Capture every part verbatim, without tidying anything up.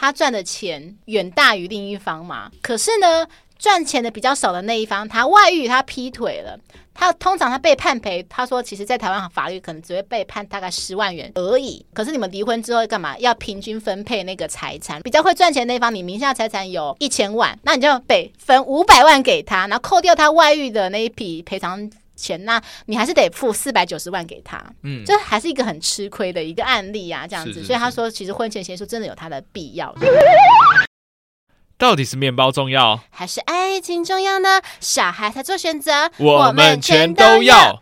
他赚的钱远大于另一方嘛。可是呢，赚钱的比较少的那一方，他外遇，他劈腿了，他通常他被判赔，他说其实在台湾法律可能只会被判大概十万元而已。可是你们离婚之后干嘛？要平均分配那个财产，比较会赚钱的那一方，你名下财产有一千万，那你就得分五百万给他，然后扣掉他外遇的那一笔赔偿钱，那你还是得付四百九十万给他，嗯，这还是一个很吃亏的一个案例啊，这样子。是是是，所以他说，其实婚前协议书真的有它的必要。 到底是面包重要， 还是爱情重要呢？小孩才做选择， 我们全都要。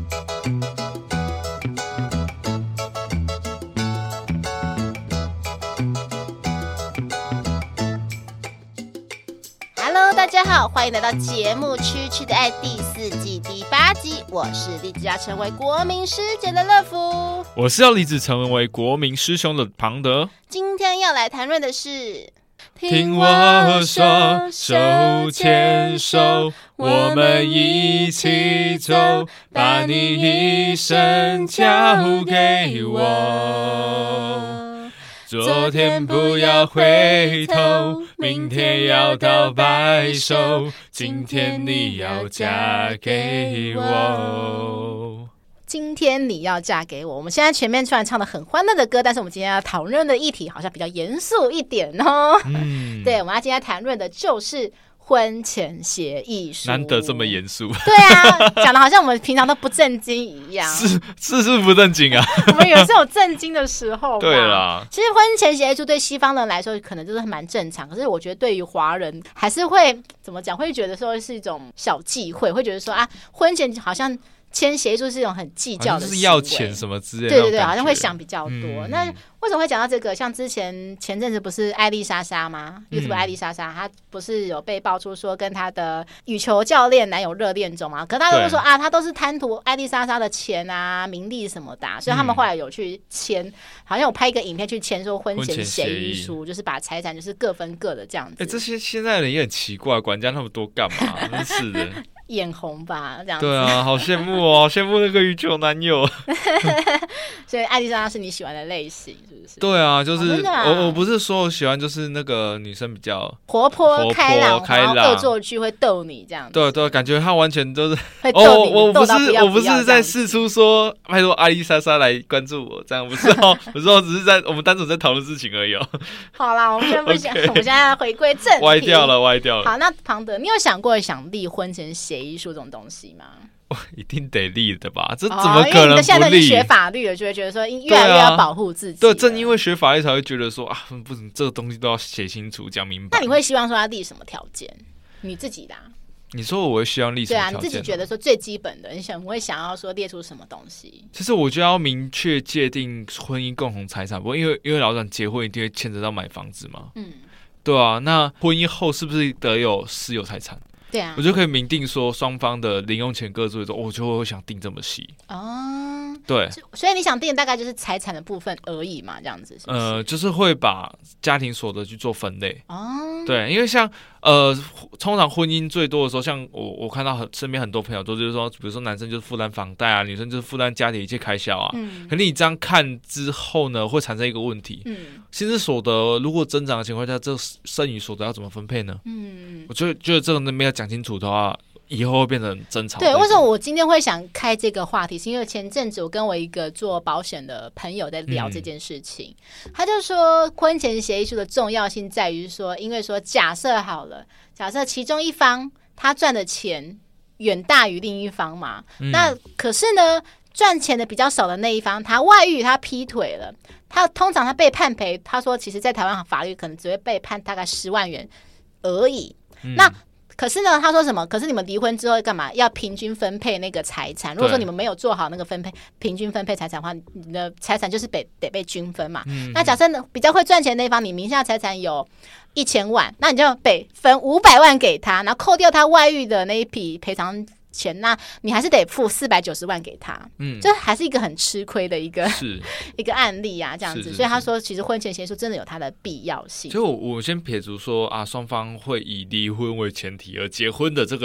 Hello， 大家好，欢迎来到节目《痴痴的爱》第四季第八集。我是立志要成为国民师姐的乐福， 我是要立志成为国民师兄的庞德。 今天要来谈论的是。 听我说，手牵手，我们一起走，把你一生交给我。昨天不要回头，明天要到白首，今天你要嫁给我。 今天你要嫁给我。我们现在前面虽然唱的很欢乐的歌，但是我们今天要讨论的议题好像比较严肃一点哦。嗯，对，我们要今天谈论的就是婚前协议书。 难得这么严肃。 对啊，讲的好像我们平常都不正经一样。 是是是不正经啊。 我们有时候有正经的时候。 对啦， 其实婚前协议书对西方人来说可能就是蛮正常，可是我觉得对于华人还是会怎么讲，会觉得说是一种小忌讳，会觉得说啊，婚前好像。签协议书是一种很计较的行为， 就是要钱什么之类的， 对对对，好像会想比较多。 嗯、 那为什么会讲到这个？像之前前阵子不是艾丽莎莎吗 ？YouTube 艾丽莎莎，她不是有被爆出说跟她的羽球教练男友热恋中嘛？可是她都说啊，她都是贪图艾丽莎莎的钱啊、名利什么的、啊，所以他们后来有去签，嗯、好像有拍一个影片去签说婚前协议书，就是把财产就是各分各的这样子。 哎、欸，这些现在人也很奇怪，管家那么多干嘛？真是的。 眼红吧，这样子。 对啊，好羡慕哦，羡慕那个羽球男友。 所以艾丽莎是你喜欢的类型，是不是？ 对啊，就是、 哦啊、 我我不是说我喜欢，就是那个女生比较活泼开朗， 开朗， 恶作剧会逗你这样子。 对对，感觉她完全都是会逗你。 哦，我不是不要我不是在试出说拜托艾丽莎莎来关注我，这样不是哦，我说只是在我们单纯在讨论事情而已哦。 好啦，我们先不想， okay, 我们现在回归正题。 歪掉了，歪掉了。 好，那庞德，你有想过想立婚前协议书这种东西吗？ 一定得立的吧，这怎么可能不立？哦、因为你现在都已经学法律了，就会觉得说越来越要保护自己。 对、啊，对，正因为学法律才会觉得说啊，不行，这个东西都要写清楚、讲明白。 那你会希望说要立什么条件？你自己的、啊？ 你说我会希望立什么条件？ 对啊，你自己觉得说最基本的，你想会想要说列出什么东西？ 其实我就要明确界定婚姻共同财产，不过因为因为老讲结婚一定会牵扯到买房子嘛，嗯，对啊，那婚姻后是不是得有私有财产？ 对啊， 我就可以明定说双方的零用钱各自的，我就会想定这么细哦。对， 所以你想定的大概就是财产的部分而已嘛，这样子是不是？ 呃，就是会把家庭所得去做分类哦。对，因为像呃，通常婚姻最多的时候，像我我看到很身边很多朋友都就是说，比如说男生就是负担房贷啊，女生就是负担家庭一切开销啊。嗯。可是你这样看之后呢，会产生一个问题。嗯。薪资所得如果增长的情况下，这剩余所得要怎么分配呢？嗯。我就觉得这个没有讲清楚的话，以后会变成争吵。 对，为什么我今天会想开这个话题？是因为前阵子我跟我一个做保险的朋友在聊这件事情，嗯、他就说婚前协议书的重要性在于说，因为说假设好了，假设其中一方他赚的钱远大于另一方嘛，嗯、那可是呢，赚钱的比较少的那一方，他外遇，他劈腿了，他通常他被判赔，他说其实在台湾法律可能只会被判大概十万元而已。嗯、那可是呢，他说什么？可是你们离婚之后干嘛？要平均分配那个财产。如果说你们没有做好那个分配，平均分配财产的话，你的财产就是得得被均分嘛。嗯、那假设呢，比较会赚钱的那一方，你名下财产有一千万，那你就得分五百万给他，然后扣掉他外遇的那一笔赔偿钱，那你还是得付四百九十万给他，嗯，这还是一个很吃亏的一个一个案例啊，这样子。是是是，所以他说，其实婚前协议书真的有它的必要性。 所以我我先撇除说啊，双方会以离婚为前提而结婚的这个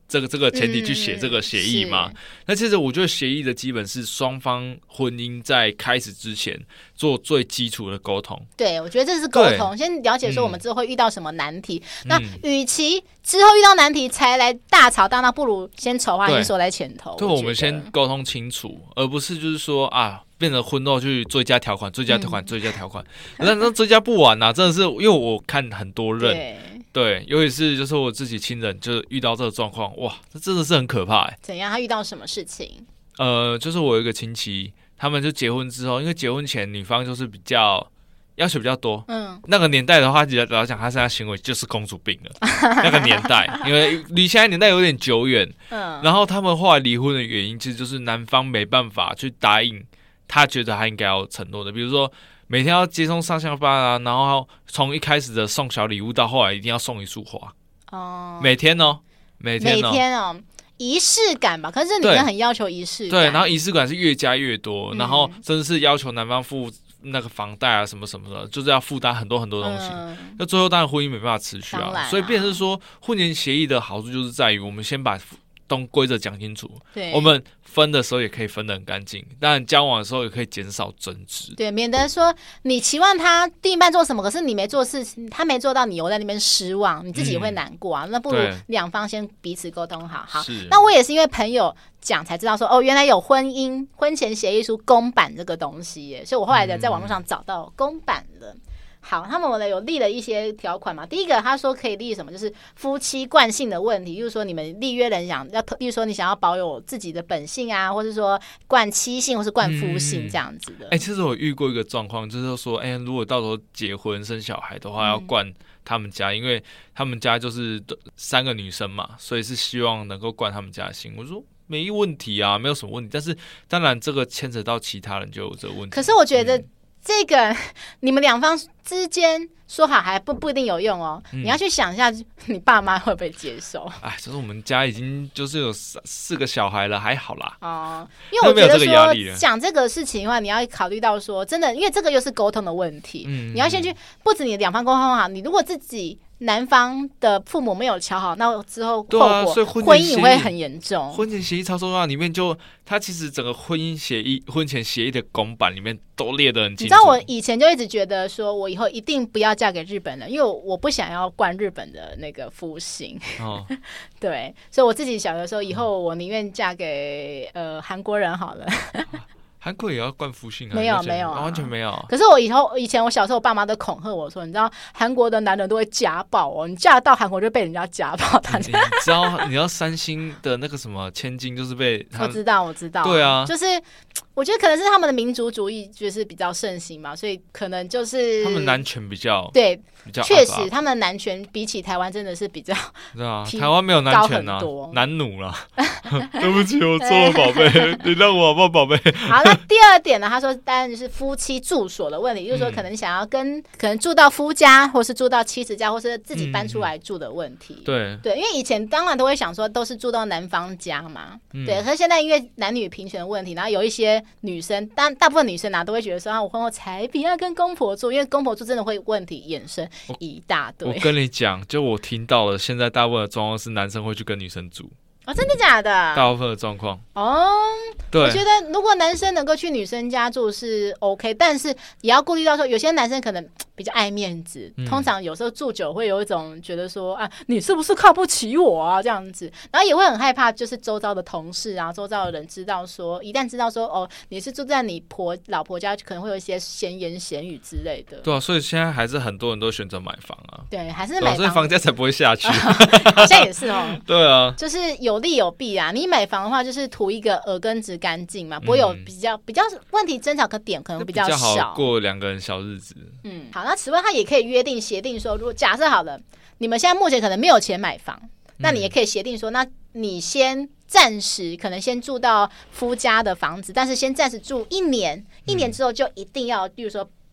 这个这个前提去写这个协议嘛、嗯？那其实我觉得协议的基本是双方婚姻在开始之前做最基础的沟通。 对，我觉得这是沟通，先了解说我们之后会遇到什么难题。嗯、那与其之后遇到难题才来大吵大闹，不如先丑话先说在前头。 对，我, 我们先沟通清楚，而不是就是说啊。变成婚后去追加条款，追加条款，追加条款，但那追加不完啊！真的是，因为我看很多人，对，对尤其是就是我自己亲人，就是遇到这个状况，哇，这真的是很可怕哎、欸。 怎样？他遇到什么事情？ 呃，就是我有一个亲戚，他们就结婚之后，因为结婚前女方就是比较要求比较多，嗯，那个年代的话，老实讲，他现在行为就是公主病了。那个年代，因为离现在年代有点久远，嗯，然后他们后来离婚的原因，其实就是男方没办法去答应。他觉得他应该要承诺的，比如说每天要接送上下班啊，然后从一开始的送小礼物到后来一定要送一束花哦，每天哦，每天哦， 每天哦，仪式感吧。可是女人很要求仪式感， 对，然后仪式感是越加越多，嗯、然后真的是要求男方付那个房贷啊什么什么的，就是要负担很多很多东西。那、嗯、最后当然婚姻没办法持续啊，啊所以变成是说婚前协议的好处就是在于我们先把东规则讲清楚，对，我们分的时候也可以分得很干净，当然交往的时候也可以减少争执， 对，免得说你期望他另一半做什么，可是你没做事，他没做到，你又在那边失望，你自己也会难过啊。嗯、那不如两方先彼此沟通好。好，那我也是因为朋友讲才知道说，哦，原来有婚姻婚前协议书公版这个东西耶，所以我后来的在网络上找到公版的。嗯好，他们有立了一些条款嘛。第一个，他说可以立什么，就是夫妻惯性的问题，就是说你们立约人想要，例如说你想要保有自己的本性啊，或者说惯妻性或是惯夫性这样子的。 哎、嗯欸，其实我遇过一个状况，就是说，哎、欸，如果到时候结婚生小孩的话，要惯他们家、嗯，因为他们家就是三个女生嘛，所以是希望能够惯他们家性。我说没问题啊，没有什么问题。但是当然这个牵扯到其他人就有这个问题。 可是我觉得、嗯。这个你们两方之间说好还不不一定有用哦、嗯，你要去想一下，你爸妈会不会接受？ 哎，就是我们家已经就是有四四个小孩了，还好啦。 哦，因为我觉得说讲这个事情的话，你要考虑到说，真的，因为这个又是沟通的问题，嗯、你要先去，不止你两方沟通好，你如果自己。男方的父母没有瞧好，那之后后果、啊、婚姻会很严重。 婚前协议超重要，里面就他其实整个婚姻协议、婚前协议的公版里面都列得很清楚。 你知道我以前就一直觉得说，我以后一定不要嫁给日本人，因为我不想要惯日本的那个夫性。哦，对，所以我自己小的时候，以后我宁愿嫁给呃韩国人好了。 韩国也要惯夫性啊？ 没有没有、啊哦，完全没有。 可是我以后以前我小时候，我爸妈都恐吓我说，你知道韩国的男人都会家暴哦，你嫁到韩国就被人家家暴。 你, 你知道你知道三星的那个什么千金就是被我知道我知道， 对啊， 就是我觉得可能是他们的民族主义就是比较盛行嘛，所以可能就是他们男权比较对。确实，他们的男权比起台湾真的是比较对啊，台湾没有男权啊，男奴啦。对不起，我错了，宝贝，你让我好不好，宝贝？ 好，那第二点呢？他说，当然就是夫妻住所的问题，就是说，可能你想要跟、嗯、可能住到夫家，或是住到妻子家，或是自己搬出来住的问题。 嗯、对对，因为以前当然都会想说，都是住到男方家嘛。嗯、对，可是现在因为男女平权的问题，然后有一些女生，当大部分女生啊，都会觉得说，啊，我婚后才不要跟公婆住，因为公婆住真的会问题衍生。一大堆， 我跟你讲，就我听到了，现在大部分的状况是男生会去跟女生住。 哦，真的假的？ 大部分的状况哦， 对， 我觉得如果男生能够去女生家住是 OK， 但是也要顾虑到说，有些男生可能比较爱面子，嗯、通常有时候住久会有一种觉得说啊，你是不是看不起我啊这样子，然后也会很害怕，就是周遭的同事啊，周遭的人知道说，一旦知道说哦，你是住在你婆老婆家，可能会有一些闲言闲语之类的。 对啊，所以现在还是很多人都选择买房啊， 对，还是买房， 啊、所以房价才不会下去。 好像也是哦， 对啊， 就是有利有弊啊。你买房的话，就是图一个耳根子干净嘛，不会有比较、嗯、比较问题争吵的点，可能比较少， 比较好过两个人小日子。 嗯，好，那此外他也可以约定协定说，如果假设好了，你们现在目前可能没有钱买房，那你也可以协定说，那你先暂时可能先住到夫家的房子，但是先暂时住一年，一年之后就一定要，比如说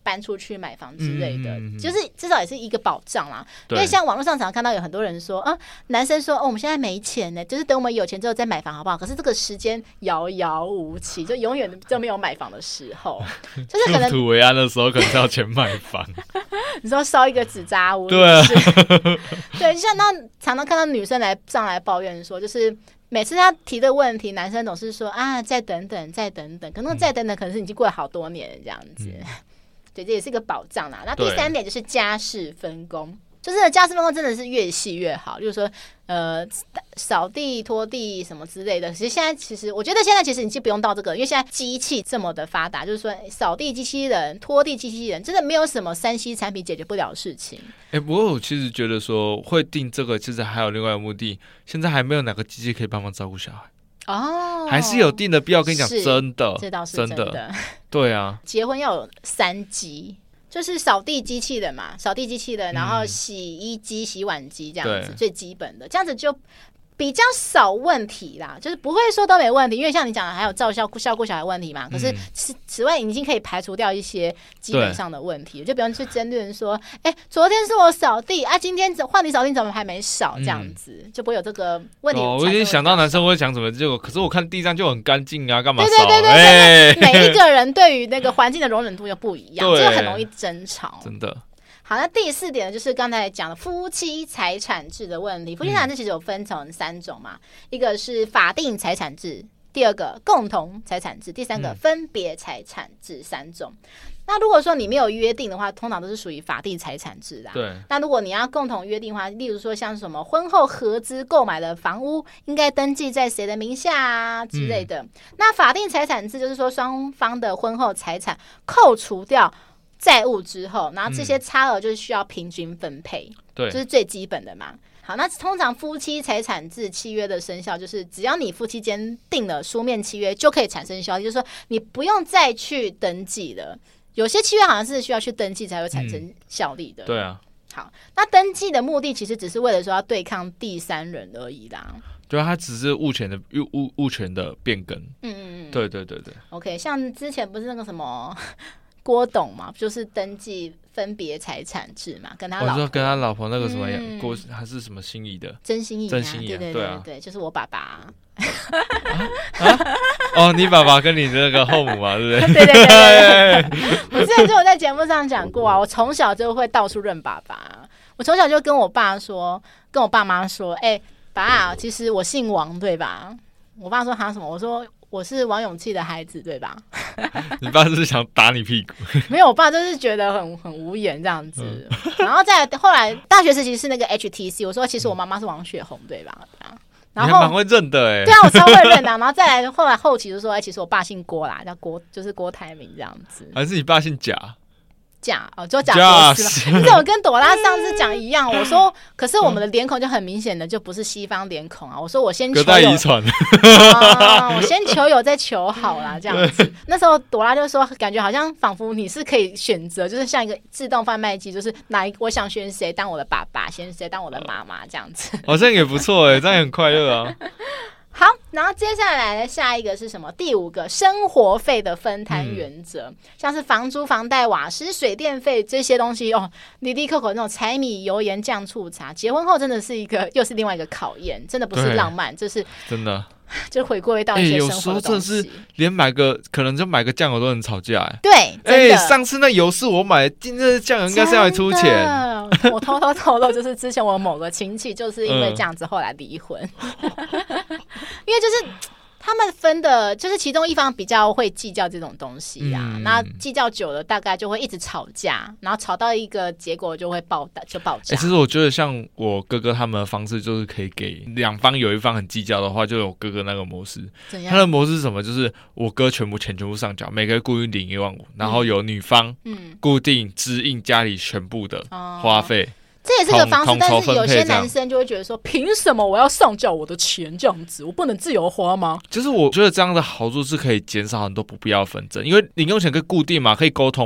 搬出去买房之类的，嗯、就是至少也是一个保障啦。因为像网络上常常看到有很多人说啊，男生说哦，我们现在没钱呢，就是等我们有钱之后再买房好不好？可是这个时间遥遥无期，就永远都没有买房的时候，就是可能入土为安的时候，可能是要钱买房。 你说烧一个纸扎屋， 对、啊， 对，像那常常看到女生来上来抱怨说，就是每次他提的问题，男生总是说啊，再等等，再等等，可能再等等，可能是已经过了好多年了这样子。嗯、对，这也是一个保障啦。那第三点就是家事分工。就是家事分工真的是越细越好，就是说，呃，扫地、拖地什么之类的。其实现在，其实我觉得现在其实你就不用到这个，因为现在机器这么的发达，就是说扫地机器人、拖地机器人，真的没有什么三 C 产品解决不了的事情。 哎、欸，不过我其实觉得说会定这个，其实还有另外一个目的，现在还没有哪个机器可以帮忙照顾小孩。哦，还是有定的必要。跟你讲，真的， 这倒是真的。真的对啊， 结婚要有三机。就是扫地机器人嘛，扫地机器人，然后洗衣机、洗碗机这样子，最基本的，这样子就比较少问题啦，就是不会说都没问题，因为像你讲的还有照照顾照顾小孩问题嘛。可是此此外，已经可以排除掉一些基本上的问题，就不用去争论说，哎、欸，昨天是我扫地啊，今天换你扫地，怎么还没扫？这样子、嗯、就不会有这个问题。 哦，我已经想到男生会讲什么，结果可是我看地上就很干净啊，干嘛扫？ 对对对对对，欸、每一个人对于那个环境的容忍度又不一样，就很容易争吵。 真的。 好，那第四点呢，就是刚才讲的夫妻财产制的问题。夫妻财产制其实有分成三种嘛，嗯、一个是法定财产制，第二个共同财产制，第三个分别财产制，三种。嗯、那如果说你没有约定的话，通常都是属于法定财产制啦。 对。 那如果你要共同约定的话，例如说像什么婚后合资购买的房屋应该登记在谁的名下啊之类的。嗯、那法定财产制就是说双方的婚后财产扣除掉债务之后，然后这些差额就是需要平均分配，对、嗯，这是最基本的嘛。好，那通常夫妻财产制契约的生效，就是只要你夫妻间订了书面契约，就可以产生效力，就是说你不用再去登记了。有些契约好像是需要去登记才会产生效力的。嗯、 对啊。 好，那登记的目的其实只是为了说要对抗第三人而已啦。 对啊，它只是物权的物物权的变更。嗯嗯嗯。对对对对。 OK， 像之前不是那个什么郭董嘛，就是登记分别财产制嘛，跟他老婆，我说跟他老婆那个什么郭、嗯、还是什么心怡的， 真心怡、啊， 真心怡、啊， 对对对 对,、啊、对，就是我爸爸、啊啊。哦，你爸爸跟你那个后母嘛，对不对？ 对对对对对。我之前就有在节目上讲过啊，我从小就会到处认爸爸，我从小就跟我爸说，跟我爸妈说，哎、欸，爸，其实我姓王，对吧？我爸说他什么？我说我是王永庆的孩子，对吧？ 你爸是想打你屁股？ 没有，我爸就是觉得很很无言这样子。嗯、然后再后来大学时期是那个 H T C， 我说其实我妈妈是王雪红，对吧？然后你还蛮会认的哎、欸。 对啊，我超会认的、啊。然后再来后来后期就说，哎、欸，其实我爸姓郭啦，叫郭，就是郭台铭这样子。 还是你爸姓贾？ 贾哦，就贾博士嘛。你怎么跟朵拉上次讲一样？我说，可是我们的脸孔就很明显的就不是西方脸孔啊。我说我先求有， 隔代遗传、 啊，我先求有再求好啦，这样子。那时候朵拉就说，感觉好像仿佛你是可以选择，就是像一个自动贩卖机，就是哪一我想选谁当我的爸爸，选谁当我的妈妈这样子。 好像也不错哎、欸，这样也很快乐啊。 好，然后接下来的下一个是什么？第五个，生活费的分摊原则，嗯、像是房租、房贷、瓦斯、水电费这些东西哦，里里扣扣那种柴米油盐酱醋茶，结婚后真的是一个又是另外一个考验，真的不是浪漫，就是真的， 就回归到一些生活的东西。欸、有时候真的是连买个可能就买个酱油都能吵架哎、欸。 对，哎、欸， 上次那油是我买，今天的酱油应该是要来出钱。 我偷偷透露，就是之前我某个亲戚就是因为这样子后来离婚。嗯因为就是他们分的，就是其中一方比较会计较这种东西啊，那、嗯、计较久了，大概就会一直吵架，然后吵到一个结果就会爆就爆炸。 欸、其实我觉得像我哥哥他们的方式，就是可以给两方有一方很计较的话，就有哥哥那个模式。他的模式是什么？就是我哥全部钱全部上缴，每个月固定领一万五，然后有女方固定支应家里全部的花费。嗯哦这也是个方式，但是有些男生就会觉得说，凭什么我要上缴我的钱这样子，我不能自由花吗？ 就是我觉得这样的好处是可以减少很多不必要的纷争，因为零用钱可以固定嘛，可以沟通嘛。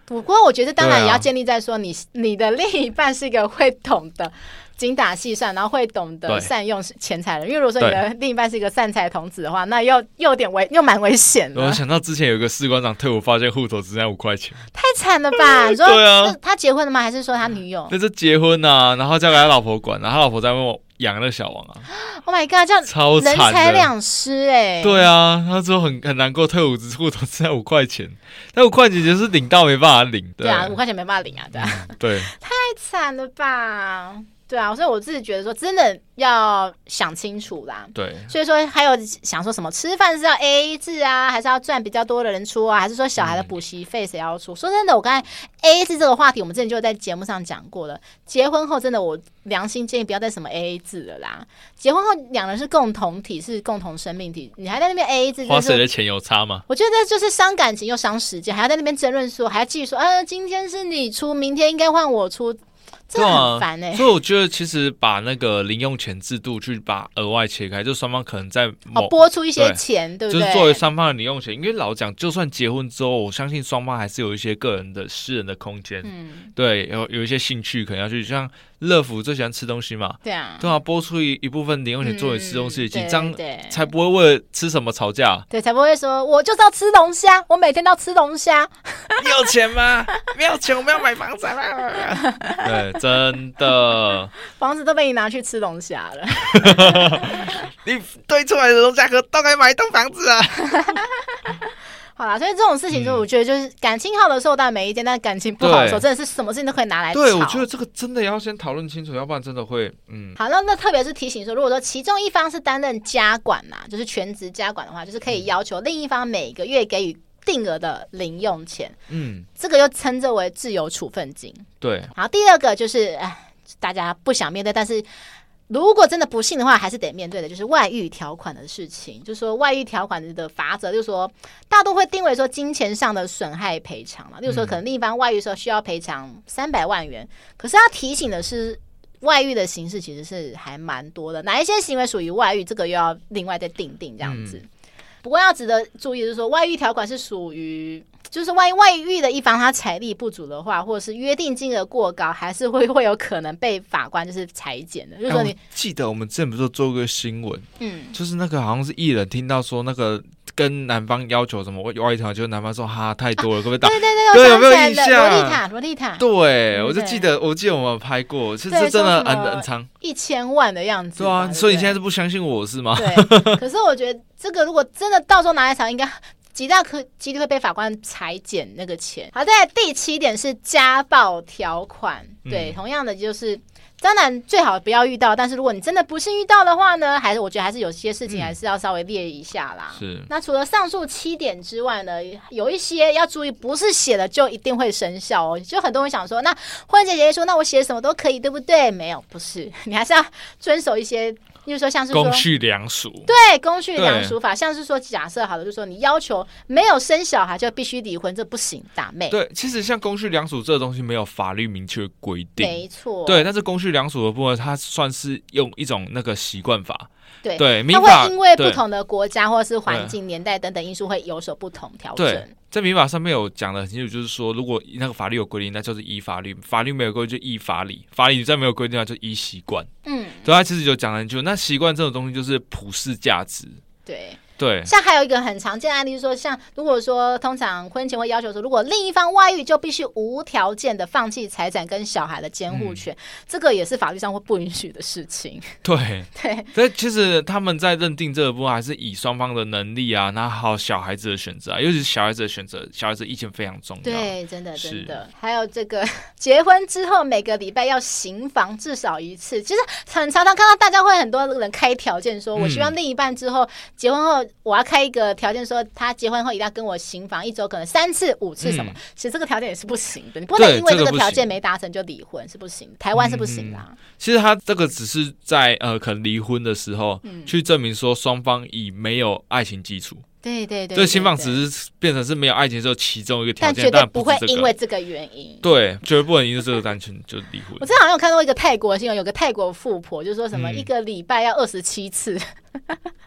不过我觉得当然也要建立在说你、啊、你的另一半是一个会懂得精打细算，然后会懂得善用钱财的人。因为如果说你的另一半是一个善财童子的话，那又又有点危，又蛮危险的。 我想到之前有一个士官长退伍，发现户头只剩下五块钱， 太惨了吧？你说对啊， 他结婚了吗？还是说他女友？ 那是结婚啊，然后交给他老婆管，然后他老婆在问我养那个小王啊。 Oh my god， 这样超惨的， 人财两失哎、欸。 对啊，他说很很难过，退伍只户头只剩下五块钱，但五块钱就是领到没办法领。 对啊，五块钱没办法领啊，对啊。 嗯、对， 太惨了吧？对啊，所以我自己觉得说，真的要想清楚啦。 对， 所以说还有想说什么，吃饭是要 A A 制啊，还是要赚比较多的人出啊，还是说小孩的补习费谁要出？嗯、说真的，我刚才 A A 制这个话题，我们之前就在节目上讲过了。结婚后，真的我良心建议不要再什么 A A 制了啦。结婚后两人是共同体，是共同生命体，你还在那边 A A 制、就是， 花谁的钱有差吗？ 我觉得就是伤感情又伤时间，还要在那边争论说，还要继续说，呃，今天是你出，明天应该换我出。真的很烦哎、欸啊， 所以我觉得其实把那个零用钱制度去把额外切开，就双方可能在哦拨出一些钱， 对, 对不对？ 就是作为双方的零用钱，因为老讲，就算结婚之后，我相信双方还是有一些个人的私人的空间，嗯，对，有有一些兴趣可能要去，像乐福最喜欢吃东西嘛， 对啊， 对啊，拨出一一部分零用钱作为吃东西的钱，这样、 嗯、 才不会为了吃什么吵架， 对，才不会说我就是要吃龙虾，我每天都要吃龙虾。 你有钱吗？没有钱，我们要买房子啊！对，真的， 房子都被你拿去吃龙虾了。 你堆出来的龙虾壳都该买一栋房子啊！ 好啦，所以这种事情，就我觉得就是感情好的时候当然没意见，但感情不好的时候，真的是什么事情都可以拿来吵。 对，我觉得这个真的要先讨论清楚，要不然真的会嗯。 好，那那特别是提醒说，如果说其中一方是担任家管呐、啊，就是全职家管的话，就是可以要求另一方每个月给予定额的零用钱，嗯，这个又称之为自由处分金。 对。 然后第二个就是，哎，大家不想面对，但是如果真的不幸的话，还是得面对的，就是外遇条款的事情。就是说外遇条款的法则，就是说大多会定为说金钱上的损害赔偿了。例如说，可能另一方外遇的时候需要赔偿三百万元，可是要提醒的是，外遇的形式其实是还蛮多的，哪一些行为属于外遇，这个又要另外再定定这样子。嗯、不过要值得注意的是说，外遇条款是属于。就是万一外遇的一方他财力不足的话，或者是约定金额过高，还是会会有可能被法官就是裁减的。就是说你、 欸、记得我们之前不是做过新闻，嗯，就是那个好像是艺人听到说那个跟男方要求什么外遇条，就男方说哈太多了，可不可以打？ 对对对， 对，有没有印象？ 洛丽塔，洛丽塔， 对，我就记得，我记得我们拍过，其实这真的很很长， 一千万的样子。 对啊， 对对， 所以你现在是不相信我是吗？ 对，可是我觉得这个如果真的到时候拿来吵，应该。极大可几率会被法官裁减那个钱。好，再来第七点是家暴条款，对，嗯、同样的就是，当然最好不要遇到，但是如果你真的不幸遇到的话呢，还是我觉得还是有些事情还是要稍微列一下啦。 嗯、是。 那除了上述七点之外呢，有一些要注意，不是写了就一定会生效哦。就很多人想说，那婚前协议说，那我写什么都可以，对不对？没有，不是，你还是要遵守一些。例如说，像是说公序良俗， 对公序良俗法，像是说假设好了，就是说你要求没有生小孩就必须离婚，这不行，打妹。 对，其实像公序良俗这个东西没有法律明确规定， 没错。 对，但是公序良俗的部分，它算是用一种那个习惯法。 对， 对， 它会因为不同的国家或者是环境、年代等等因素会有所不同调整。 对，在民法上面有讲的很清楚，就是说，如果那个法律有规定，那就是依法律；法律没有规定，就依法理；法理再没有规定，那就依习惯。嗯，对，他其实就讲得很清楚。那习惯这种东西就是普世价值。 对。 对， 像还有一个很常见的案例，就是说，像如果说通常婚前会要求说，如果另一方外遇，就必须无条件的放弃财产跟小孩的监护权，嗯、这个也是法律上会不允许的事情。 对对， 所以其实他们在认定这个部分，还是以双方的能力啊，然后还有小孩子的选择啊，尤其是小孩子的选择，小孩子意见非常重要。 对，真的真的。还有这个结婚之后每个礼拜要行房至少一次，其实很常常看到大家会很多人开条件说，我希望另一半之后、嗯、结婚后。我要开一个条件说，他结婚后一定要跟我行房一周，可能三次、五次什么。嗯、其实这个条件也是不行的，你不能因为这个条件没达成就离婚，是不行。台湾是不行啦、嗯。 其实他这个只是在呃，可能离婚的时候、嗯、去证明说双方已没有爱情基础。 对对 对, 對， 这行房只是变成是没有爱情之后其中一个条件， 但绝对不会因为这个原因。 对，绝对不能因为这个单纯就离婚。 我之前好像有看到一个泰国新闻，有个泰国富婆就说什么一个礼拜要二十七次。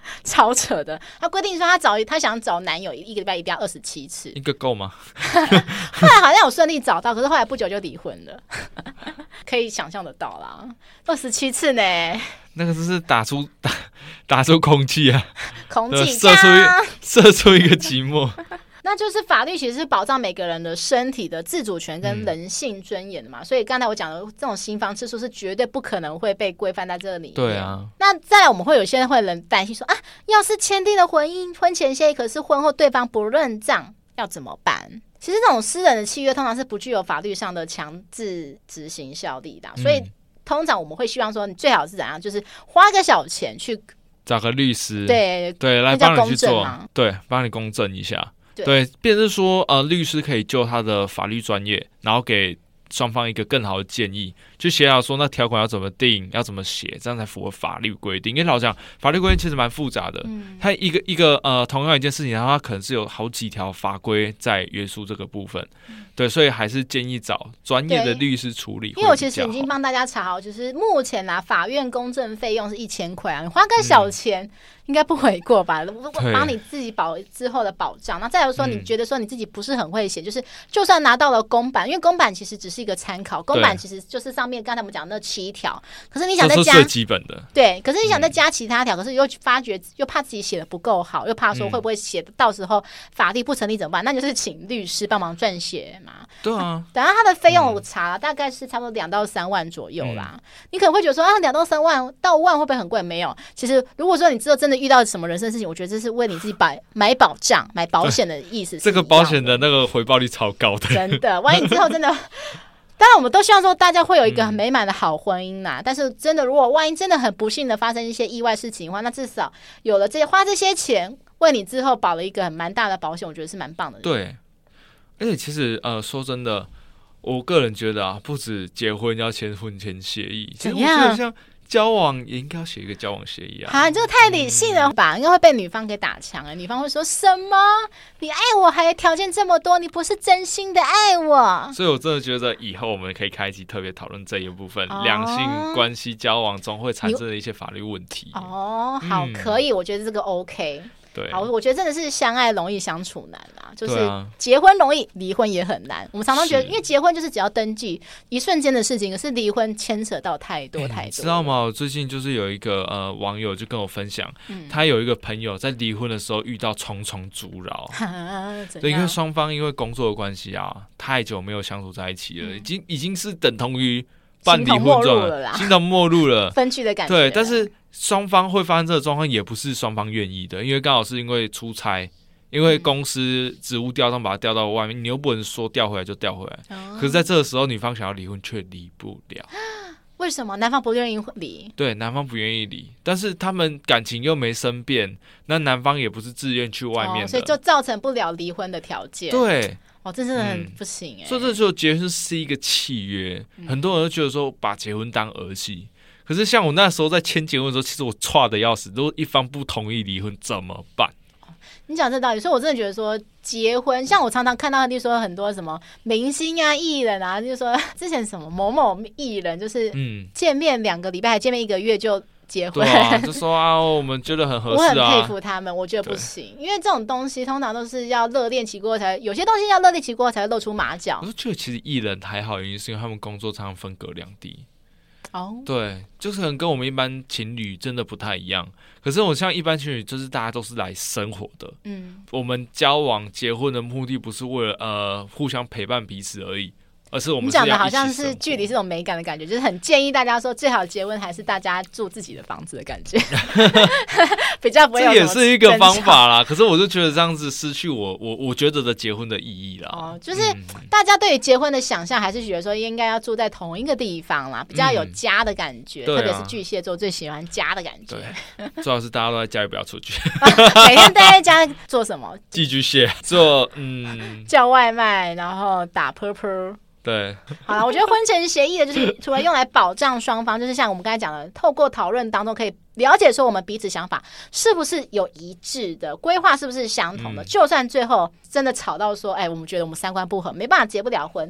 超扯的。他规定说他找他想找男友一个礼拜一定要二十七次， 一个够吗？ 后来好像有顺利找到，可是后来不久就离婚了，可以想象得到啦，二十七次呢。 那个就是打出打打出空气啊， 空气射出一射出一个寂寞。 那就是法律其实是保障每个人的身体的自主权跟人性尊严的嘛，嗯、所以刚才我讲的这种行房次数是绝对不可能会被规范在这里面。 对啊。 那再来，我们会有些人会人担心说啊，要是签订了婚姻婚前协议，可是婚后对方不认账，要怎么办？其实这种私人的契约通常是不具有法律上的强制执行效力的，所以通常我们会希望说，你最好是怎样，就是花个小钱去找个律师， 对对，来帮你去做，对，帮你公证一下。对，便是说，呃，律师可以就他的法律专业，然后给双方一个更好的建议，去协调说那条款要怎么定，要怎么写，这样才符合法律规定。因为老实讲，法律规定其实蛮复杂的，嗯、它一个一个呃，同样一件事情，然后它可能是有好几条法规在约束这个部分。嗯、对，所以还是建议找专业的律师处理。 因为我其实已经帮大家查好，就是目前啊，法院公证费用是一千块啊，你花个小钱。嗯应该不为过吧？帮你自己保之后的保障。那再来说，你觉得说你自己不是很会写，嗯、就是就算拿到了公版，因为公版其实只是一个参考，公版其实就是上面刚才我们讲的那七条。可是你想再加， 最基本的对，可是你想再加其他条，嗯、可是又发觉又怕自己写的不够好，又怕说会不会写的到时候法律不成立怎么办？那就是请律师帮忙撰写嘛。 对啊， 等下他的费用我查了，嗯、大概是差不多两到三万左右啦。嗯、你可能会觉得说啊，两到三万到万会不会很贵？没有，其实如果说你之后真的遇到什么人生事情，我觉得这是为你自己买买保障、买保险的意思。 这个保险的那个回报率超高的， 真的。万一你之后真的，当然我们都希望说大家会有一个很美满的好婚姻啦。嗯、但是真的，如果万一真的很不幸的发生一些意外事情的话，那至少有了这些花这些钱，为你之后保了一个很蛮大的保险，我觉得是蛮棒的。 对，而且其实呃，说真的，我个人觉得啊，不止结婚要签婚前协议，其实我觉得像交往也应该要写一个交往协议啊！ 啊，这个太理性了吧？嗯、应该会被女方给打枪啊！女方会说什么？你爱我还条件这么多，你不是真心的爱我。 所以我真的觉得以后我们可以开一集特别讨论这一部分，哦、两性关系交往中会产生的一些法律问题。 哦，好，嗯、可以，我觉得这个 OK。 对， 好，我觉得真的是相爱容易相处难啦，就是结婚容易，离婚也很难。我们常常觉得，因为结婚就是只要登记一瞬间的事情，可是离婚牵扯到太多太多。 知道吗？我最近就是有一个呃网友就跟我分享，嗯、他有一个朋友在离婚的时候遇到重重阻扰，对，因为双方因为工作的关系啊，太久没有相处在一起了，嗯、已经已经是等同于办离婚状了，形同陌路了， 分居的感觉。 对，但是双方会发生这个状况，也不是双方愿意的，因为刚好是因为出差，因为公司职务调动把他调到外面，你又不能说调回来就调回来。哦、可是在这个时候，女方想要离婚却离不了。 为什么？男方不愿意离？ 对，男方不愿意离，但是他们感情又没生变，那男方也不是自愿去外面的，哦、 所以就造成不了离婚的条件。 对。 哦，这真的很不行哎、欸。 所以这时候结婚是一个契约，嗯、很多人都觉得说把结婚当儿戏。可是像我那时候在签结婚的时候，其实我差的要死。如果一方不同意离婚怎么办？ 你讲这道理，所以我真的觉得说结婚，像我常常看到的，就说很多什么明星啊、艺人啊，就说之前什么某某艺人，就是见面两个礼拜，还见面一个月就结婚， 对啊，就说啊，我们觉得很合适啊。 我很佩服他们，我觉得不行，因为这种东西通常都是要热恋期过后才，有些东西要热恋期过后才会露出马脚。 我觉得其实艺人还好，原因是因为他们工作常常分隔两地。 哦， 对，就是可能跟我们一般情侣真的不太一样。可是我像一般情侣，就是大家都是来生活的。嗯，我们交往结婚的目的不是为了呃互相陪伴彼此而已。而是我们你讲的好像是距离是种美感的感觉，就是很建议大家说最好结婚还是大家住自己的房子的感觉，比较不会有什么争吵。 这也是一个方法啦。可是我就觉得这样子失去我我我觉得的结婚的意义啦。 哦，就是大家对于结婚的想象还是觉得说应该要住在同一个地方啦，比较有家的感觉。嗯啊、特别是巨蟹座最喜欢家的感觉。 对，最好是大家都在家里不要出去。 每天待在家做什么？ 寄居蟹做嗯叫外卖，然后打噗噗。 对， 好了，我觉得婚前协议的就是除了用来保障双方，就是像我们刚才讲的，透过讨论当中可以了解说我们彼此想法是不是有一致的，规划是不是相同的。嗯、就算最后真的吵到说，哎，我们觉得我们三观不合，没办法结不了婚，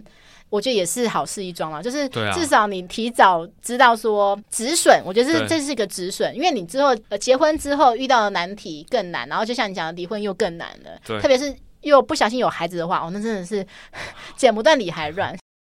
我觉得也是好事一桩了，就是至少你提早知道说止损，我觉得这是一个止损，因为你之后、呃、结婚之后遇到的难题更难，然后就像你讲的离婚又更难了，特别是又不小心有孩子的话，哦，那真的是剪不断理还乱。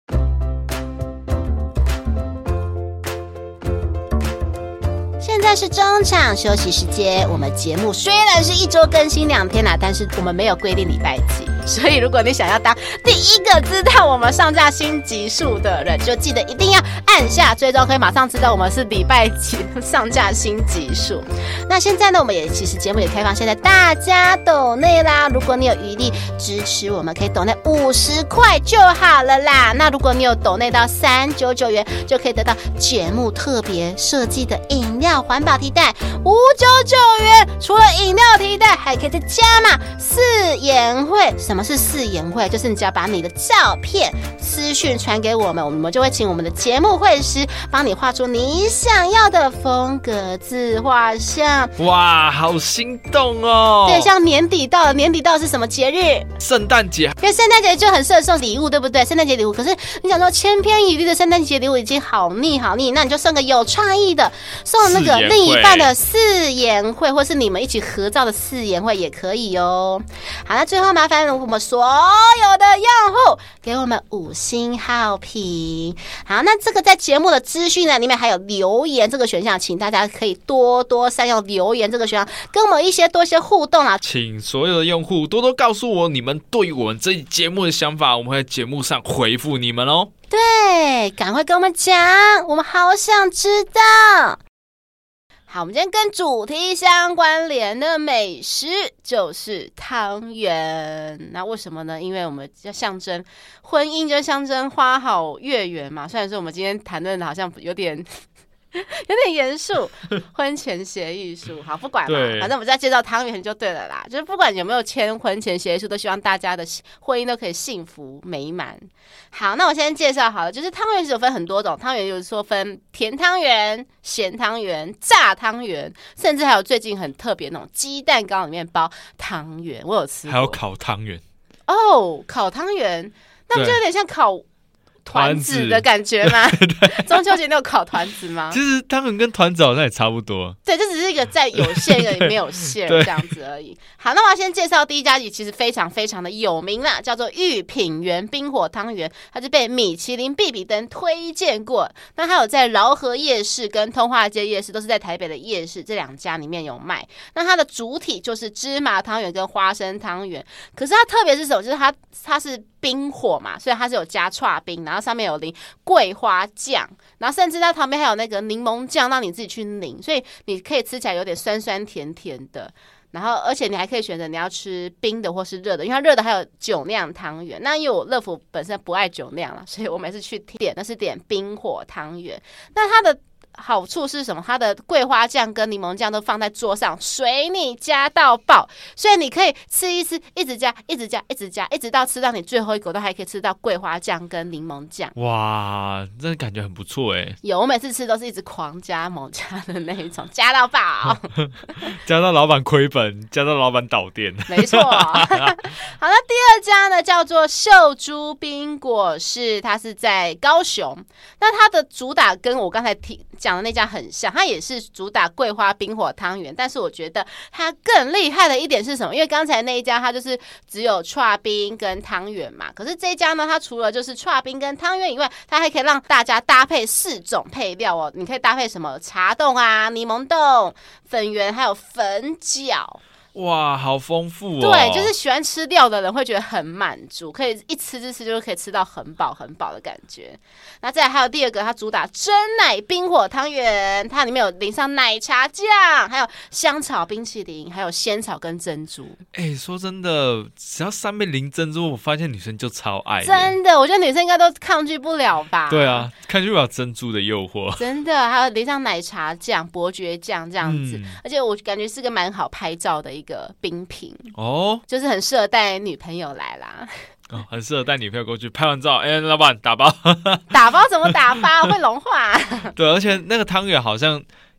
现在是中场休息时间，我们节目虽然是一周更新两天啦，但是我们没有规定礼拜几，所以如果你想要当第一个知道我们上架新集数的人，就记得一定要按下追踪，可以马上知道我们是礼拜几上架新集数。那现在呢，我们也其实节目也开放现在大家抖内啦，如果你有余力支持我们，可以抖内五十块就好了啦。那如果你有抖内到三百九十九元，就可以得到节目特别设计的饮料环保提袋五百九十九元，除了饮料提袋还可以再加码四言会。什么是四言会？就是你只要把你的照片私讯传给我们，我们就会请我们的节目绘师帮你画出你想要的风格自画像。 哇，好心动哦！ 对，像年底到了，年底到的是什么节日？ 圣诞节。 因为圣诞节就很适合送礼物，对不对？圣诞节礼物，可是你想说千篇一律的圣诞节礼物已经好腻好腻，那你就送个有创意的，送那个另一半的四言会，或是你们一起合照的四言会也可以哦。好，那最后麻烦我们所有的用户给我们五星好评。好，那这个在节目的资讯栏里面还有留言这个选项，请大家可以多多善用留言这个选项，跟我们一些多些互动啊。 请所有的用户多多告诉我你们对于我们这一节目的想法，我们会在节目上回复你们哦。 对，赶快跟我们讲，我们好想知道。好，我们今天跟主题相关联的美食就是汤圆。那为什么呢？因为我们要象征婚姻，就象征花好月圆嘛。虽然说我们今天谈论的好像有点有点严肃，婚前协议书。好，不管嘛，反正我们在介绍汤圆就对了啦。就是不管有没有签婚前协议书，都希望大家的婚姻都可以幸福美满。好，那我先介绍好了，就是汤圆是有分很多种，汤圆就是说分甜汤圆、咸汤圆、炸汤圆，甚至还有最近很特别那种鸡蛋糕里面包汤圆，我有吃过。 还有烤汤圆哦，烤汤圆，那不就有点像烤团子的感觉吗？中秋节你有烤团子吗？ 其实汤圆跟团子好像也差不多。 对，这只是一个在有馅一个没有馅这样子而已。好，那我要先介绍第一家，也其实非常非常的有名啦，叫做御品园冰火汤圆，它是被米其林必比登推荐过。那它有在饶河夜市跟通化街夜市，都是在台北的夜市这两家里面有卖。那它的主体就是芝麻汤圆跟花生汤圆，可是它特别是什么？就是它它是冰火嘛，所以它是有加剉冰，然后上面有淋桂花酱，然后甚至它旁边还有那个柠檬酱让你自己去淋，所以你可以吃起来有点酸酸甜甜的。然后而且你还可以选择你要吃冰的或是热的，因为它热的还有酒酿汤圆。那因为我乐福本身不爱酒酿了，所以我每次去点那是点冰火汤圆。那它的好处是什么？它的桂花酱跟柠檬酱都放在桌上，随你加到爆，所以你可以吃一吃，一直加，一直加，一直加，一直到吃到你最后一口都还可以吃到桂花酱跟柠檬酱。 哇，真的感觉很不错哎！ 有，我每次吃都是一直狂加猛加的那一种，加到爆， 加到老板亏本，加到老板倒店。 没错。好，那第二家呢叫做秀珠冰果室，它是在高雄。那它的主打跟我刚才提讲的那家很像，它也是主打桂花冰火汤圆，但是我觉得它更厉害的一点是什么？因为刚才那一家它就是只有剉冰跟汤圆嘛，可是这一家呢，它除了就是剉冰跟汤圆以外，它还可以让大家搭配四种配料哦。你可以搭配什么茶冻啊、柠檬冻、粉圆，还有粉饺。 哇，好丰富哦！ 对，就是喜欢吃料的人会觉得很满足，可以一吃就吃，就是可以吃到很饱很饱的感觉。那再来还有第二个，它主打真奶冰火汤圆，它里面有淋上奶茶酱，还有香草冰淇淋，还有仙草跟珍珠。 哎、欸，说真的，只要上面淋珍珠，我发现女生就超爱。 真的，我觉得女生应该都抗拒不了吧？ 对啊，抗拒不了珍珠的诱惑。 真的，还有淋上奶茶酱、伯爵酱这样子、嗯，而且我感觉是个蛮好拍照的一个冰品哦，就是很适合带女朋友来啦。 哦，很适合带女朋友过去拍完照，哎、欸，老板打包， 打包怎么打包会融化？ 对，而且那个汤圆好像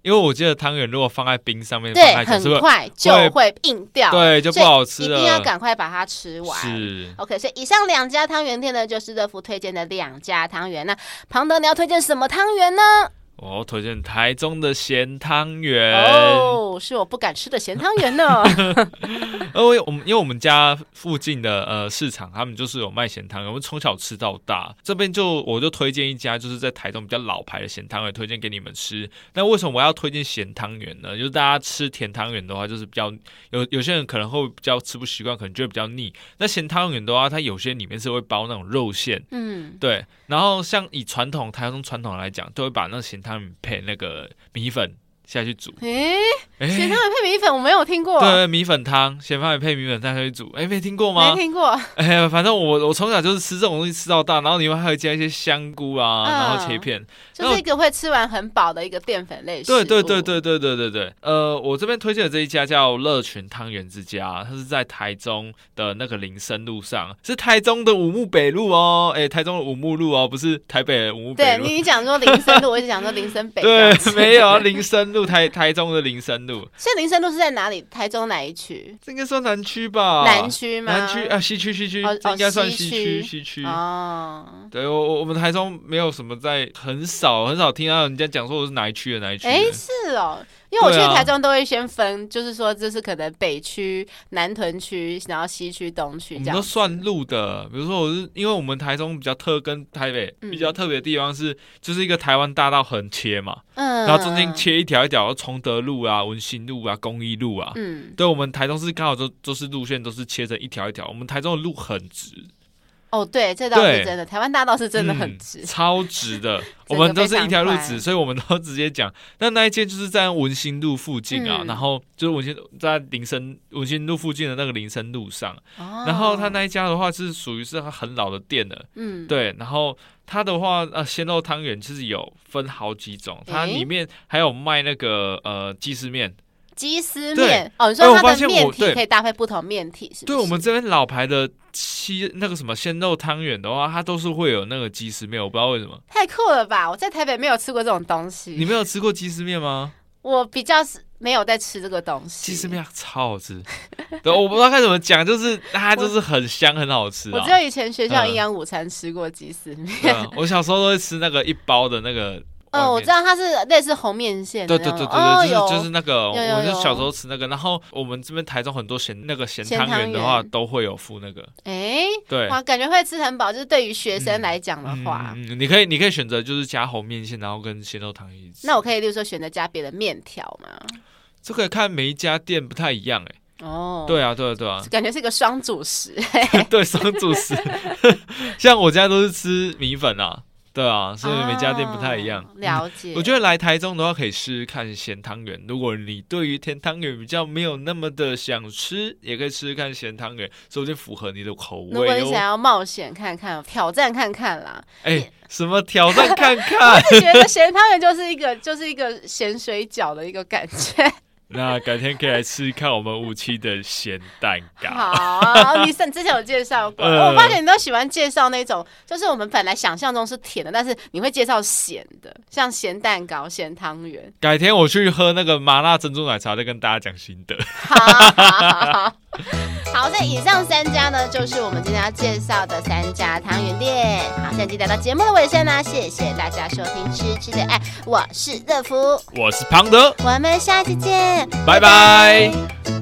因为我记得汤圆如果放在冰上面， 对，很快就会硬掉， 对，就不好吃了， 一定要赶快把它吃完。 是 OK， 所以以上两家汤圆店呢，就是乐福推荐的两家汤圆。那庞德，你要推荐什么汤圆呢？ 我要推荐台中的咸汤圆哦，是我不敢吃的咸汤圆呢。 因为我们因为我们家附近的呃市场，他们就是有卖咸汤圆，我们从小吃到大。这边就我就推荐一家，就是在台中比较老牌的咸汤圆，推荐给你们吃。那为什么我要推荐咸汤圆呢？就是大家吃甜汤圆的话，就是比较有有些人可能会比较吃不习惯，可能觉得比较腻。那咸汤圆的话，它有些里面是会包那种肉馅，嗯，对。然后像以传统台中传统来讲，都会把那咸汤圆配那个米粉下去煮。诶、 欸，咸汤圆配米粉我没有听过。 对，米粉汤，咸汤圆配米粉汤下去煮。哎、欸，没听过吗？ 没听过。 哎、欸，反正我我从小就是吃这种东西吃到大，然后里面还会加一些香菇啊，嗯、然后切片， 就是一个会吃完很饱的一个淀粉类食物。 对对对对对对对对。呃，我这边推荐的这一家叫乐群汤圆之家，它是在台中的那个林森路上，是台中的五木北路哦。哎、欸，台中的五木路哦，不是台北的五木北路。 对，你讲说林森路，我就讲说林森北。 对，没有林森路，台台中的林森路。 所以林森路是在哪里？台中哪一区？ 这应该算南区吧？ 南区吗？ 南区啊，西区西区， 哦、 这应该算西区西区。哦，对，我我们台中没有什么在，很少很少听到人家讲说我是哪一区的哪一区。 哎，是哦。因为我去台中都会先分，啊、就是说这是可能北区、南屯区，然后西区、东区这样。 我们都算路的，比如说我是因为我们台中比较特，跟台北比较特别的地方是，嗯、就是一个台湾大道横切嘛，嗯，然后中间切一条一条，崇德路啊、文心路啊、公益路啊，嗯，对，我们台中是刚好都都是路线都是切成一条一条，我们台中的路很直。 哦，对，这倒是真的。台湾大道是真的很直， 嗯、超直的。我们都是一条路直，所以我们都直接讲。那那一间就是在文心路附近啊，嗯、然后就是文心在林森文心路附近的那个林森路上。哦、然后他那一家的话是属于是很老的店了，嗯，对。然后他的话，呃，鲜肉汤圆其实有分好几种，它里面还有卖那个呃鸡丝面。 鸡丝面哦，你说它的面体可以搭配不同面体，是不是？ 对，我们这边老牌的西那个什么鲜肉汤圆的话，它都是会有那个鸡丝面，我不知道为什么。 太酷了吧！我在台北没有吃过这种东西。 你没有吃过鸡丝面吗？ 我比较没有在吃这个东西。 鸡丝面超好吃，对，我不知道该怎么讲，就是它就是很香，很好吃、啊。 我只有以前学校营养午餐吃过鸡丝面、 嗯。我小时候都会吃那个一包的那个。 嗯，我知道它是类似红面线的， 对对对对对， 哦、 就是就是那个，我们就小时候吃那个。然后我们这边台中很多咸那个咸汤圆的话，都会有附那个。哎，对， 哇，感觉会吃很饱。就是对于学生来讲的话， 嗯嗯嗯、你可以你可以选择就是加红面线，然后跟鲜肉汤一起吃。 那我可以，例如说选择加别的面条吗？ 这个看每一家店不太一样哎、欸。哦，对啊，对啊，对啊， 感觉是一个双主食。 对，双主食。像我家都是吃米粉啊。对啊，所以每家店不太一样。 哦、了解、 嗯。我觉得来台中的话，可以试试看咸汤圆。如果你对于甜汤圆比较没有那么的想吃，也可以试试看咸汤圆，说不定符合你的口味、哦。 如果你想要冒险看看、挑战看看啦， 哎、欸，什么挑战看看？ 我只觉得咸汤圆就是一个，就是一个咸水饺的一个感觉。 那改天可以来吃看我们五期的咸蛋糕。 好，你之前有介绍过，呃、我发现你都喜欢介绍那种，就是我们本来想象中是甜的，但是你会介绍咸的，像咸蛋糕、咸汤圆。 改天我去喝那个麻辣珍珠奶茶，再跟大家讲心得。 好好好好。好，所以以上三家呢，就是我们今天要介绍的三家汤圆店。好，现在就来到节目的尾声啦，谢谢大家收听《吃吃的爱》，我是乐福， 我是庞德， 我们下期见， 拜拜。